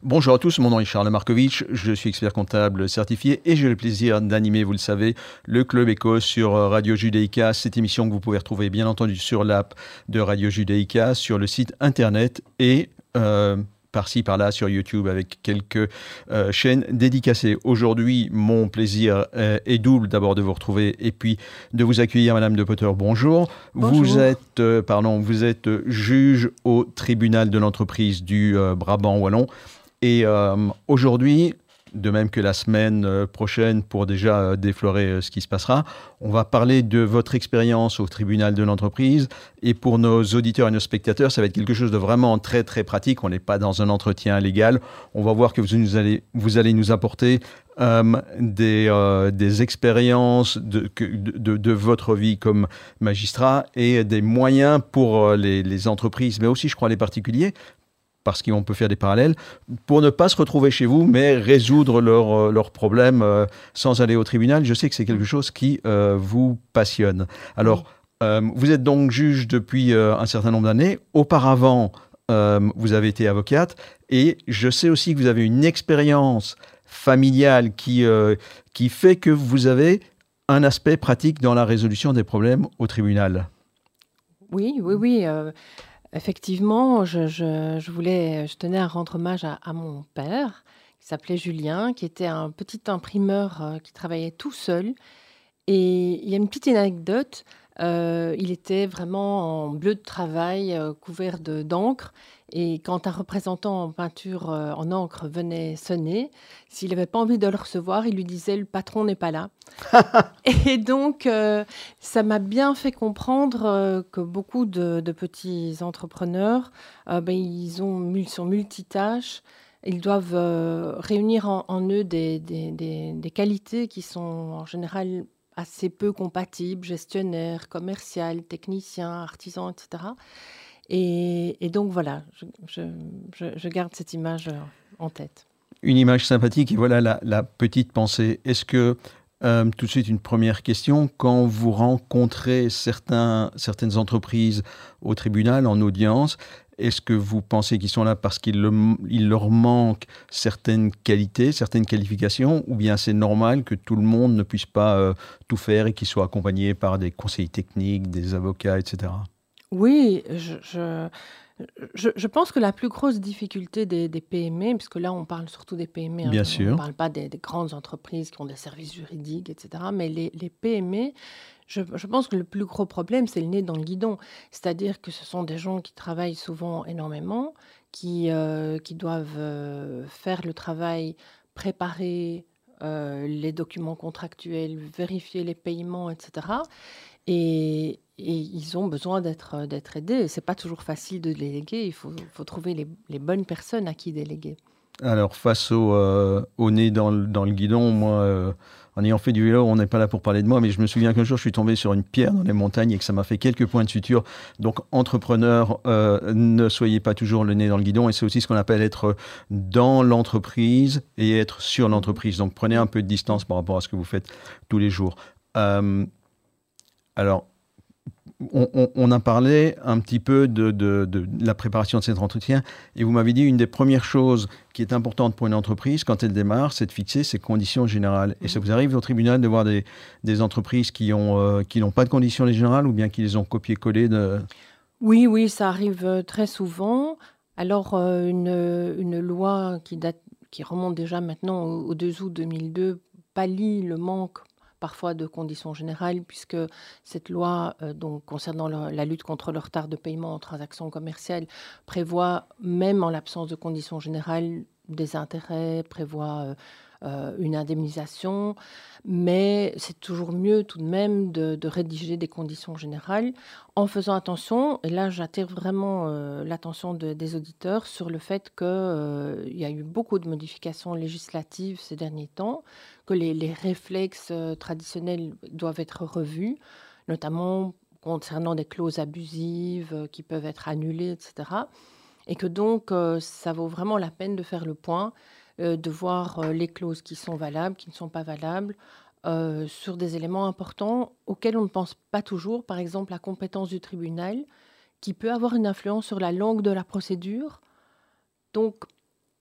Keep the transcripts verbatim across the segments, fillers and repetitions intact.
Bonjour à tous, mon nom est Charles Markovitch, je suis expert comptable certifié et j'ai le plaisir d'animer, vous le savez, le Club Éco sur Radio Judaïka. Cette émission que vous pouvez retrouver bien entendu sur l'app de Radio Judaïka, sur le site internet et euh, par-ci par-là sur YouTube avec quelques euh, chaînes dédicacées. Aujourd'hui, mon plaisir euh, est double, d'abord de vous retrouver et puis de vous accueillir, Madame de Potter. Bonjour. Bonjour. Vous êtes, euh, pardon, vous êtes juge au tribunal de l'entreprise du euh, Brabant Wallon. Et euh, aujourd'hui, de même que la semaine euh, prochaine, pour déjà euh, déflorer euh, ce qui se passera, on va parler de votre expérience au tribunal de l'entreprise. Et pour nos auditeurs et nos spectateurs, ça va être quelque chose de vraiment très, très pratique. On n'est pas dans un entretien légal. On va voir que vous, nous allez, vous allez nous apporter euh, des, euh, des expériences de, de, de votre vie comme magistrat et des moyens pour euh, les, les entreprises, mais aussi, je crois, les particuliers, parce qu'on peut faire des parallèles, pour ne pas se retrouver chez vous, mais résoudre leurs leur problèmes euh, sans aller au tribunal. Je sais que c'est quelque chose qui euh, vous passionne. Alors, oui. euh, vous êtes donc juge depuis euh, un certain nombre d'années. Auparavant, euh, vous avez été avocate. Et je sais aussi que vous avez une expérience familiale qui, euh, qui fait que vous avez un aspect pratique dans la résolution des problèmes au tribunal. Oui, oui, oui. Euh... Effectivement, je, je, je, voulais, je tenais à rendre hommage à, à mon père, qui s'appelait Julien, qui était un petit imprimeur euh, qui travaillait tout seul. Et il y a une petite anecdote, euh, il était vraiment en bleu de travail, euh, couvert de, d'encre. Et quand un représentant en peinture euh, en encre venait sonner, s'il n'avait pas envie de le recevoir, il lui disait « le patron n'est pas là ». Et donc, euh, ça m'a bien fait comprendre euh, que beaucoup de, de petits entrepreneurs, euh, ben, ils, ont, ils sont multitâches. Ils doivent euh, réunir en, en eux des, des, des, des qualités qui sont en général assez peu compatibles, gestionnaire, commercial, technicien, artisan, et cetera. Et, et donc voilà, je, je, je, je garde cette image en tête. Une image sympathique et voilà la, la petite pensée. Est-ce que, euh, tout de suite une première question, quand vous rencontrez certains, certaines entreprises au tribunal, en audience, est-ce que vous pensez qu'ils sont là parce qu'il le, il leur manque certaines qualités, certaines qualifications, ou bien c'est normal que tout le monde ne puisse pas euh, tout faire et qu'ils soient accompagnés par des conseillers techniques, des avocats, et cetera. Oui, je, je, je, je pense que la plus grosse difficulté des, des P M E, puisque là on parle surtout des P M E, bien hein, sûr. On ne parle pas des, des grandes entreprises qui ont des services juridiques, et cetera, mais les, les P M E, Je, je pense que le plus gros problème, c'est le nez dans le guidon. C'est-à-dire que ce sont des gens qui travaillent souvent énormément, qui, euh, qui doivent euh, faire le travail, préparer euh, les documents contractuels, vérifier les paiements, et cetera. Et, et ils ont besoin d'être, d'être aidés. Ce n'est pas toujours facile de déléguer. Il faut, faut trouver les, les bonnes personnes à qui déléguer. Alors, face au, euh, au nez dans le, dans le guidon, moi... Euh... En ayant fait du vélo, on n'est pas là pour parler de moi, mais je me souviens qu'un jour, je suis tombé sur une pierre dans les montagnes et que ça m'a fait quelques points de suture. Donc, entrepreneur, euh, ne soyez pas toujours le nez dans le guidon. Et c'est aussi ce qu'on appelle être dans l'entreprise et être sur l'entreprise. Donc, prenez un peu de distance par rapport à ce que vous faites tous les jours. Euh, alors, on, on, on a parlé un petit peu de, de, de la préparation de cet entretien et vous m'avez dit une des premières choses qui est importante pour une entreprise quand elle démarre, c'est de fixer ses conditions générales. Et ça vous arrive au tribunal de voir des, des entreprises qui ont, euh, qui n'ont pas de conditions générales ou bien qui les ont copié-collé de... Oui, oui, ça arrive très souvent. Alors, euh, une, une loi qui, date, qui remonte déjà maintenant au, au deux août deux mille deux pallie le manque parfois de conditions générales, puisque cette loi, euh, donc, concernant le, la lutte contre le retard de paiement en transactions commerciales, prévoit, même en l'absence de conditions générales, des intérêts, prévoit euh, euh, une indemnisation, mais c'est toujours mieux tout de même de, de rédiger des conditions générales en faisant attention, et là j'attire vraiment euh, l'attention de, des auditeurs sur le fait qu'il euh, y a eu beaucoup de modifications législatives ces derniers temps, que les, les réflexes euh, traditionnels doivent être revus, notamment concernant des clauses abusives euh, qui peuvent être annulées, et cetera. Et que donc, euh, ça vaut vraiment la peine de faire le point, euh, de voir euh, les clauses qui sont valables, qui ne sont pas valables, euh, sur des éléments importants auxquels on ne pense pas toujours, par exemple la compétence du tribunal, qui peut avoir une influence sur la langue de la procédure. Donc,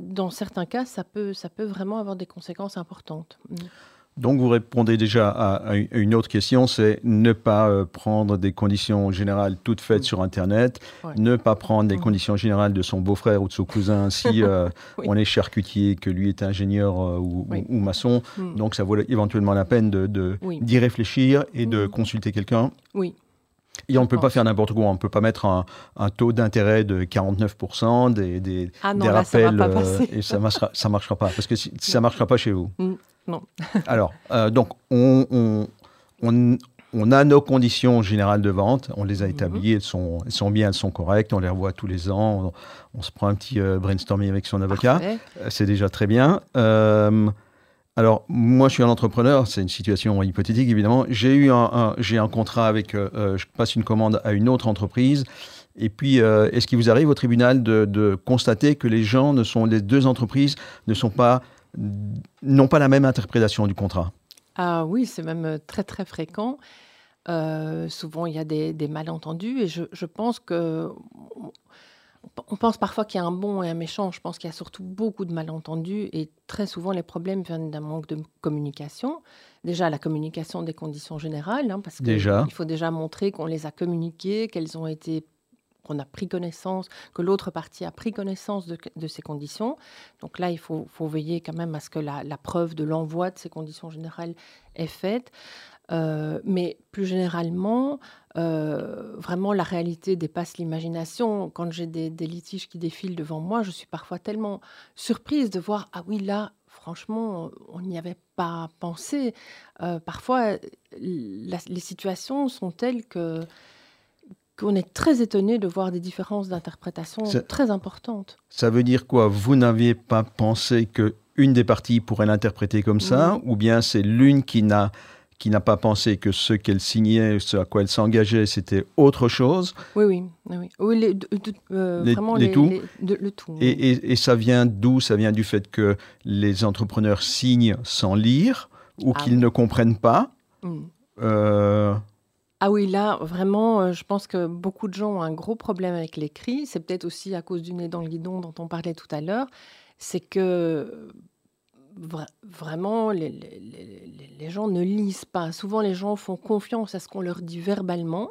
dans certains cas, ça peut, ça peut vraiment avoir des conséquences importantes. Mm. Donc, vous répondez déjà à, à une autre question, c'est ne pas euh, prendre des conditions générales toutes faites Mm. sur Internet, Ouais. ne pas prendre les Mhm. conditions générales de son beau-frère ou de son cousin si euh, Oui. on est charcutier, que lui est ingénieur euh, ou, Oui. ou- ou maçon. Mm. Donc, ça vaut éventuellement la peine de, de- Oui. d'y réfléchir et de Mhm. consulter quelqu'un. Oui. Et on Je ne peut pas pense. faire n'importe quoi. On ne peut pas mettre un, un taux d'intérêt de quarante-neuf pour cent, des, des, Ah non, des là, ça va rappels, pas euh, passer. et ça ne marchera, ça marchera pas. Parce que si, ça ne Non. marchera pas chez vous. Mm. Non. Alors, euh, donc, on, on, on, on a nos conditions générales de vente. On les a Mhm. établies. Elles sont, elles sont bien, elles sont correctes. On les revoit tous les ans. On, on se prend un petit euh, brainstorming avec son avocat. Parfait. Euh, C'est déjà très bien. Euh, alors, moi, je suis un entrepreneur. C'est une situation hypothétique, évidemment. J'ai eu un, un- j'ai un contrat avec... euh, euh, je passe une commande à une autre entreprise. Et puis, euh, est-ce qu'il vous arrive au tribunal de, de constater que les gens ne sont... Les deux entreprises ne sont pas... n'ont pas la même interprétation du contrat? Ah oui, c'est même euh, très très fréquent. Euh, souvent, il y a des, des malentendus et je, je pense que on, on pense parfois qu'il y a un bon et un méchant. Je pense qu'il y a surtout beaucoup de malentendus et très souvent les problèmes viennent d'un manque de communication. Déjà la communication des conditions générales, hein, parce Déjà. qu'il faut déjà montrer qu'on les a communiquées, qu'elles ont été qu'on a pris connaissance, que l'autre partie a pris connaissance de, de ces conditions. Donc là, il faut, faut veiller quand même à ce que la, la preuve de l'envoi de ces conditions générales est faite. Euh, mais plus généralement, euh, vraiment, la réalité dépasse l'imagination. Quand j'ai des, des litiges qui défilent devant moi, je suis parfois tellement surprise de voir, ah oui, là, franchement, on n'y avait pas pensé. Euh, parfois, la, les situations sont telles que qu'on est très étonné de voir des différences d'interprétation Ça, très importantes. ça veut dire quoi? Vous n'aviez pas pensé que une des parties pourrait l'interpréter comme ça, Mhm. ou bien c'est l'une qui n'a qui n'a pas pensé que ce qu'elle signait, ce à quoi elle s'engageait, c'était autre chose? Oui, oui, oui, oui. Oui, les- de- de- euh, Les, vraiment les les, tout. les- de- le tout. Et, Oui. et- et ça vient d'où? Ça vient du fait que les entrepreneurs signent sans lire ou Ah qu'ils oui. ne comprennent pas. Mhm. Euh, Ah oui, là, vraiment, euh, je pense que beaucoup de gens ont un gros problème avec l'écrit. C'est peut-être aussi à cause du nez dans le guidon dont on parlait tout à l'heure. C'est que vra- vraiment, les, les- les- les gens ne lisent pas. Souvent, les gens font confiance à ce qu'on leur dit verbalement.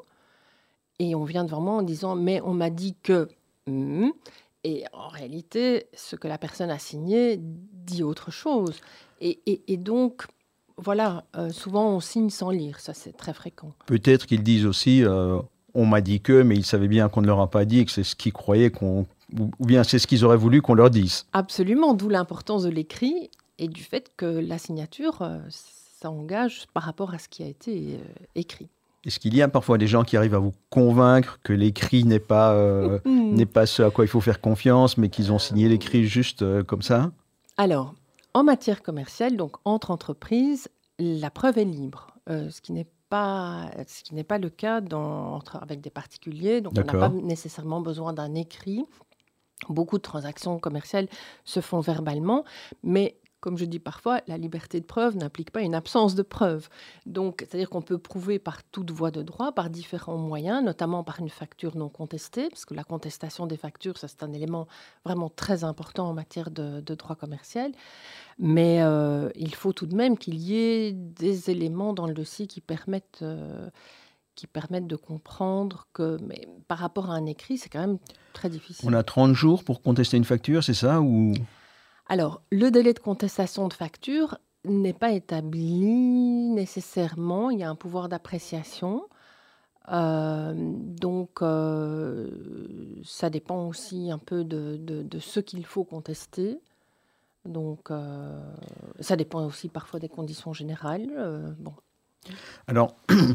Et on vient devant moi en disant, mais on m'a dit que... Hmm. Et en réalité, ce que la personne a signé dit autre chose. Et, et- et donc, voilà, euh, souvent on signe sans lire. Ça, c'est très fréquent. Peut-être qu'ils disent aussi, euh, on m'a dit que, mais ils savaient bien qu'on ne leur a pas dit, que c'est ce qu'ils croyaient qu'on... Ou ou bien c'est ce qu'ils auraient voulu qu'on leur dise. Absolument, d'où l'importance de l'écrit et du fait que la signature, euh, ça engage par rapport à ce qui a été euh, écrit. Est-ce qu'il y a parfois des gens qui arrivent à vous convaincre que l'écrit n'est pas, euh, n'est pas ce à quoi il faut faire confiance, mais qu'ils ont signé l'écrit juste euh, comme ça? Alors, en matière commerciale, donc entre entreprises, la preuve est libre, euh, ce qui n'est pas, ce qui n'est pas le cas dans, entre, avec des particuliers. Donc, on n'a pas D'accord. nécessairement besoin d'un écrit. Beaucoup de transactions commerciales se font verbalement, mais comme je dis parfois, la liberté de preuve n'implique pas une absence de preuve. Donc, c'est-à-dire qu'on peut prouver par toute voie de droit, par différents moyens, notamment par une facture non contestée, parce que la contestation des factures, ça c'est un élément vraiment très important en matière de, de droit commercial. Mais euh, il faut tout de même qu'il y ait des éléments dans le dossier qui permettent, euh, qui permettent de comprendre que, mais par rapport à un écrit, c'est quand même très difficile. On a trente jours pour contester une facture, c'est ça ou... Alors, le délai de contestation de facture n'est pas établi nécessairement. Il y a un pouvoir d'appréciation. Euh, donc, euh, ça dépend aussi un peu de, de- de ce qu'il faut contester. Donc, euh, ça dépend aussi parfois des conditions générales. Euh, bon. Alors,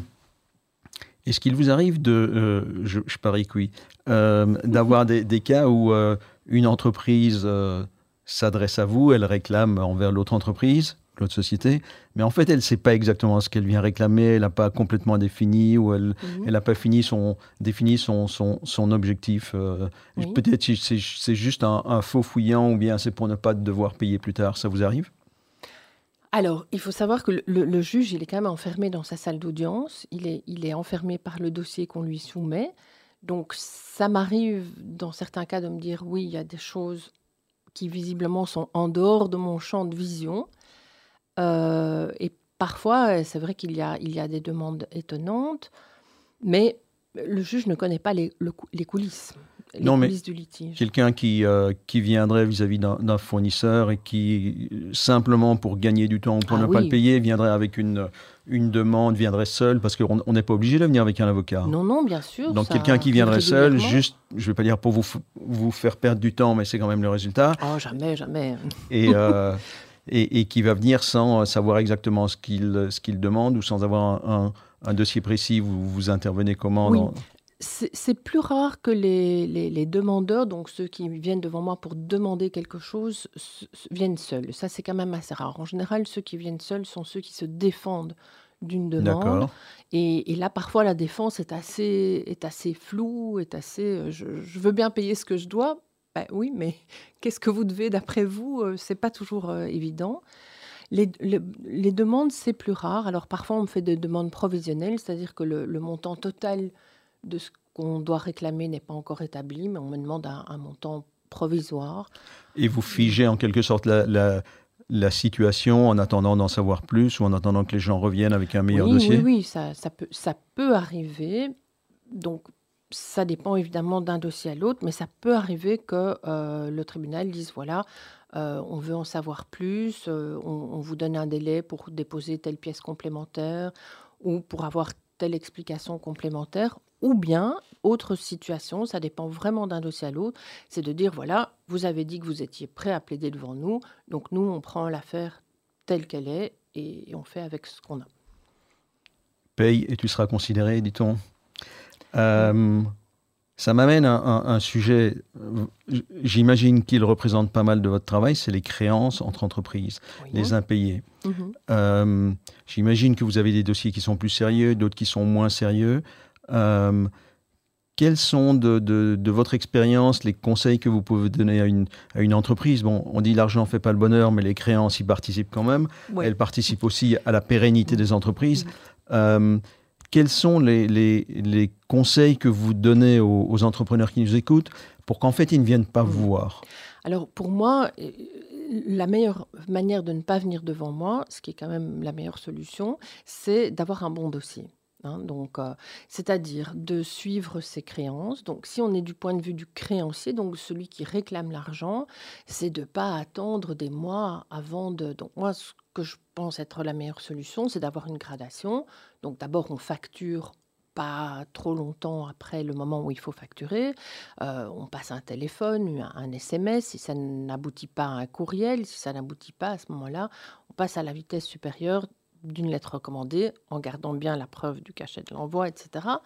est-ce qu'il vous arrive de, euh, je, je parie que oui, euh, d'avoir des, des cas où euh, une entreprise euh, s'adresse à vous, elle réclame envers l'autre entreprise, l'autre société, mais en fait, elle ne sait pas exactement ce qu'elle vient réclamer, elle n'a pas complètement défini ou elle Mhm. elle n'a pas fini son, défini son, son, son objectif. euh, Oui. Peut-être c'est c'est juste un, un faux fouillant ou bien c'est pour ne pas devoir payer plus tard. Ça vous arrive? Alors, il faut savoir que le, le- le juge, il est quand même enfermé dans sa salle d'audience. Il est, il est enfermé par le dossier qu'on lui soumet. Donc, ça m'arrive dans certains cas de me dire, oui, il y a des choses qui visiblement sont en dehors de mon champ de vision. Euh, et parfois, euh, c'est vrai qu'il y a, il y a des demandes étonnantes, mais le juge ne connaît pas les, le cou- les coulisses, les Non, mais coulisses du litige. quelqu'un qui, euh, qui viendrait vis-à-vis d'un d'un fournisseur et qui, euh, simplement pour gagner du temps, pour Ah ne pas le oui, payer, viendrait avec une, une demande, viendrait seul, parce qu'on on n'est pas obligé de venir avec un avocat. non, non, bien sûr, Donc quelqu'un ça qui arrive viendrait seul, régulièrement. juste, je ne vais pas dire pour vous, f- vous faire perdre du temps, mais c'est quand même le résultat, Oh, jamais, jamais. et, euh, et, et qui va venir sans euh, savoir exactement ce qu'il ce qu'il demande ou sans avoir un, un- un dossier précis. Vous, vous intervenez comment Oui, dans... c'est c'est plus rare que les, les- les demandeurs, donc ceux qui viennent devant moi pour demander quelque chose, s- s- viennent seuls. Ça, c'est quand même assez rare. En général, ceux qui viennent seuls sont ceux qui se défendent d'une demande. D'accord. Et, et là, parfois, la défense est assez, est assez floue, est assez... euh, Je, je veux bien payer ce que je dois. Ben oui, mais qu'est-ce que vous devez d'après vous? Euh, C'est pas toujours euh, évident. Les, le- les demandes, c'est plus rare. Alors parfois, on me fait des demandes provisionnelles, c'est-à-dire que le, le montant total de ce qu'on doit réclamer n'est pas encore établi, mais on me demande un, un montant provisoire. Et vous Mm. figez en quelque sorte la, la, la situation en attendant d'en savoir plus ou en attendant que les gens reviennent avec un meilleur Oui, oui, dossier? oui, ça, ça peut, ça peut arriver. Donc, ça dépend évidemment d'un dossier à l'autre, mais ça peut arriver que euh, le tribunal dise, voilà, euh, on veut en savoir plus, euh, on, on vous donne un délai pour déposer telle pièce complémentaire ou pour avoir telle explication complémentaire. Ou bien, autre situation, ça dépend vraiment d'un dossier à l'autre, c'est de dire, voilà, vous avez dit que vous étiez prêt à plaider devant nous, donc nous, on prend l'affaire telle qu'elle est et, et on fait avec ce qu'on a. Paye et tu seras considéré, dit-on. Mm. Euh, Ça m'amène à un, un sujet, euh, j'imagine qu'il représente pas mal de votre travail, c'est les créances entre entreprises, Oui. les impayés. Mhm. Euh, J'imagine que vous avez des dossiers qui sont plus sérieux, d'autres qui sont moins sérieux. Euh, Quels sont, de, de- de votre expérience, les conseils que vous pouvez donner à une, à une entreprise? Bon, on dit l'argent ne fait pas le bonheur, mais les créances y participent quand même. Ouais. Elles participent aussi à la pérennité Mhm. des entreprises. Mhm. Euh, Quels sont les, les- les conseils que vous donnez aux, aux entrepreneurs qui nous écoutent pour qu'en fait, ils ne viennent pas vous Mhm. voir? Alors pour moi, euh, la meilleure manière de ne pas venir devant moi, ce qui est quand même la meilleure solution, c'est d'avoir un bon dossier. Hein. Donc, euh, c'est-à-dire de suivre ses créances. Donc, si on est du point de vue du créancier, donc celui qui réclame l'argent, c'est de ne pas attendre des mois avant de. Donc, moi, ce que je pense être la meilleure solution, c'est d'avoir une gradation. Donc, d'abord, on facture pas trop longtemps après le moment où il faut facturer. Euh, on passe un téléphone, un, un S M S. Si ça n'aboutit pas à un courriel, si ça n'aboutit pas à ce moment-là, on passe à la vitesse supérieure d'une lettre recommandée en gardant bien la preuve du cachet de l'envoi, et cetera.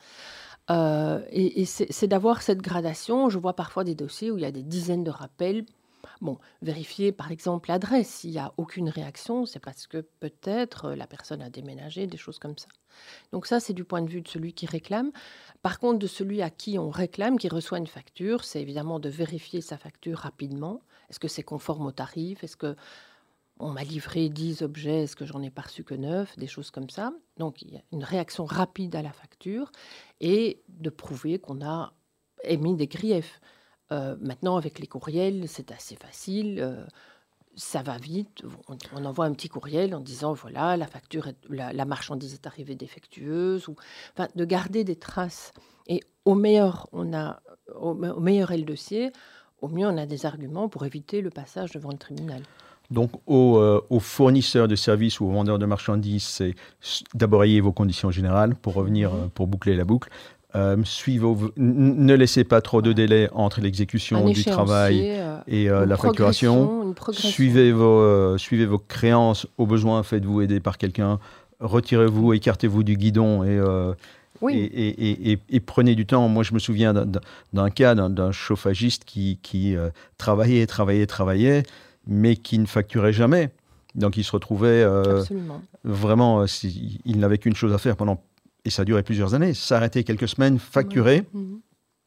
Euh, et et c'est c'est d'avoir cette gradation. Je vois parfois des dossiers où il y a des dizaines de rappels. Bon, vérifier par exemple l'adresse. S'il n'y a aucune réaction, c'est parce que peut-être euh, la personne a déménagé, des choses comme ça. Donc ça, c'est du point de vue de celui qui réclame. Par contre, de celui à qui on réclame, qui reçoit une facture, c'est évidemment de vérifier sa facture rapidement. Est-ce que c'est conforme au tarif? Est-ce que on m'a livré dix objets, est-ce que j'en ai pas reçu que neuf? Des choses comme ça. Donc, il y a une réaction rapide à la facture et de prouver qu'on a émis des griefs. Euh, maintenant, avec les courriels, c'est assez facile. euh, ça va vite. On, on envoie un petit courriel en disant voilà, la facture, est- la, la marchandise est arrivée défectueuse. Ou, enfin, de garder des traces. Et au meilleur, on a, au, me- au meilleur est le dossier, au mieux on a des arguments pour éviter le passage devant le tribunal. Donc, aux, euh, aux fournisseurs de services ou aux vendeurs de marchandises, c'est s- d'abord ayez vos conditions générales pour revenir, Mhm. euh, pour boucler la boucle. Euh, suivez vos- n- ne laissez pas trop de Voilà. délai entre Un l'exécution du travail échéancier, euh, et euh, une la facturation. progression, une progression. Suivez vos, euh, suivez vos créances. Au besoin, faites-vous aider par quelqu'un. Retirez-vous, Oui. écartez-vous du guidon et, euh, et, Oui. et- et- et- et prenez du temps. Moi, je me souviens d'un- d'un d'un cas d'un d'un chauffagiste qui, qui euh, travaillait, travaillait, travaillait, mais qui ne facturait jamais. Donc, il se retrouvait euh, Absolument. vraiment, euh, si- il n'avait qu'une chose à faire pendant, et ça durait plusieurs années, s'arrêter quelques semaines, Oui. facturer Mhm.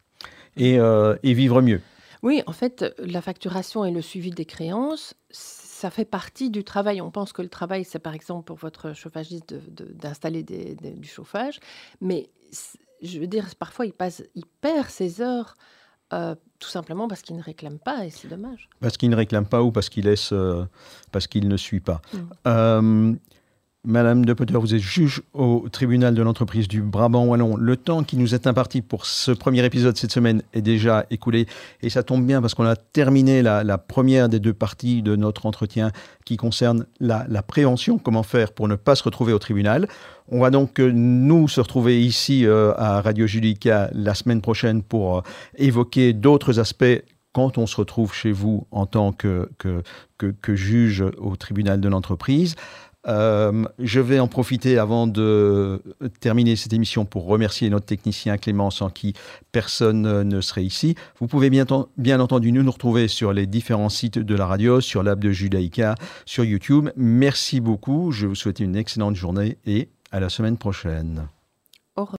et, euh, et vivre mieux. Oui, en fait, la facturation et le suivi des créances, ça fait partie du travail. On pense que le travail, c'est par exemple pour votre chauffagiste de- de- d'installer des- des- du chauffage, mais c- je veux dire, parfois il passe, il perd ses heures euh, tout simplement parce qu'il ne réclame pas, et c'est dommage. Parce qu'il ne réclame pas ou parce qu'il laisse, euh, parce qu'il ne suit pas. Mm. Euh, Madame De Potter, vous êtes juge au tribunal de l'entreprise du Brabant Wallon. Le temps qui nous est imparti pour ce premier épisode cette semaine est déjà écoulé. Et ça tombe bien parce qu'on a terminé la, la première des deux parties de notre entretien qui concerne la, la prévention, comment faire pour ne pas se retrouver au tribunal. On va donc euh, nous se retrouver ici euh, à Radio Judica la semaine prochaine pour euh, évoquer d'autres aspects quand on se retrouve chez vous en tant que, que, que, que juge au tribunal de l'entreprise. Euh, je vais en profiter avant de terminer cette émission pour remercier notre technicien Clément, sans qui personne ne serait ici. Vous pouvez bien, bien entendu nous, nous retrouver sur les différents sites de la radio, sur l'app de Judaïka, sur YouTube. Merci beaucoup, je vous souhaite une excellente journée et à la semaine prochaine.